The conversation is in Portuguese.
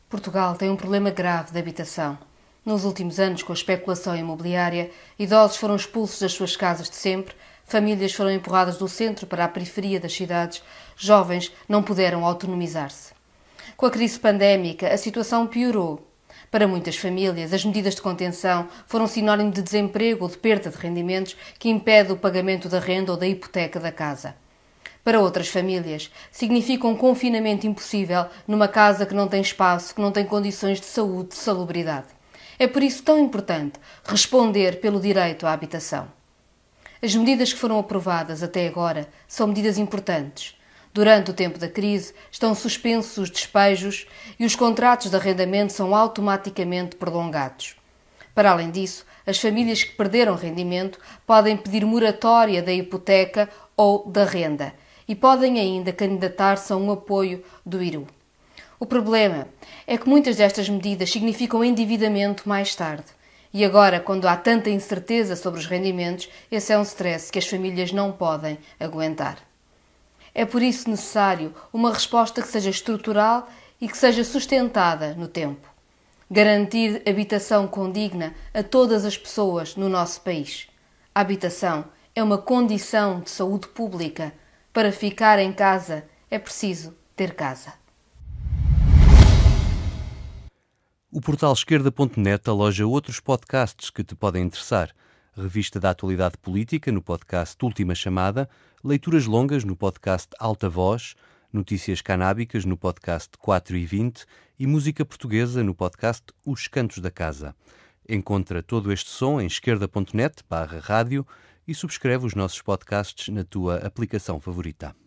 Portugal tem um problema grave de habitação. Nos últimos anos, com a especulação imobiliária, idosos foram expulsos das suas casas de sempre, famílias foram empurradas do centro para a periferia das cidades, jovens não puderam autonomizar-se. Com a crise pandémica, a situação piorou. Para muitas famílias, as medidas de contenção foram sinónimo de desemprego ou de perda de rendimentos que impede o pagamento da renda ou da hipoteca da casa. Para outras famílias, significa um confinamento impossível numa casa que não tem espaço, que não tem condições de saúde, de salubridade. É por isso tão importante responder pelo direito à habitação. As medidas que foram aprovadas até agora são medidas importantes. Durante o tempo da crise, estão suspensos os despejos e os contratos de arrendamento são automaticamente prolongados. Para além disso, as famílias que perderam rendimento podem pedir moratória da hipoteca ou da renda e podem ainda candidatar-se a um apoio do IRU. O problema é que muitas destas medidas significam endividamento mais tarde. E agora, quando há tanta incerteza sobre os rendimentos, esse é um stress que as famílias não podem aguentar. É por isso necessário uma resposta que seja estrutural e que seja sustentada no tempo. Garantir habitação condigna a todas as pessoas no nosso país. A habitação é uma condição de saúde pública. Para ficar em casa é preciso ter casa. O portal esquerda.net aloja outros podcasts que te podem interessar. Revista da atualidade política no podcast Última Chamada, leituras longas no podcast Alta Voz, notícias canábicas no podcast 4 e 20 e música portuguesa no podcast Os Cantos da Casa. Encontra todo este som em esquerda.net/rádio e subscreve os nossos podcasts na tua aplicação favorita.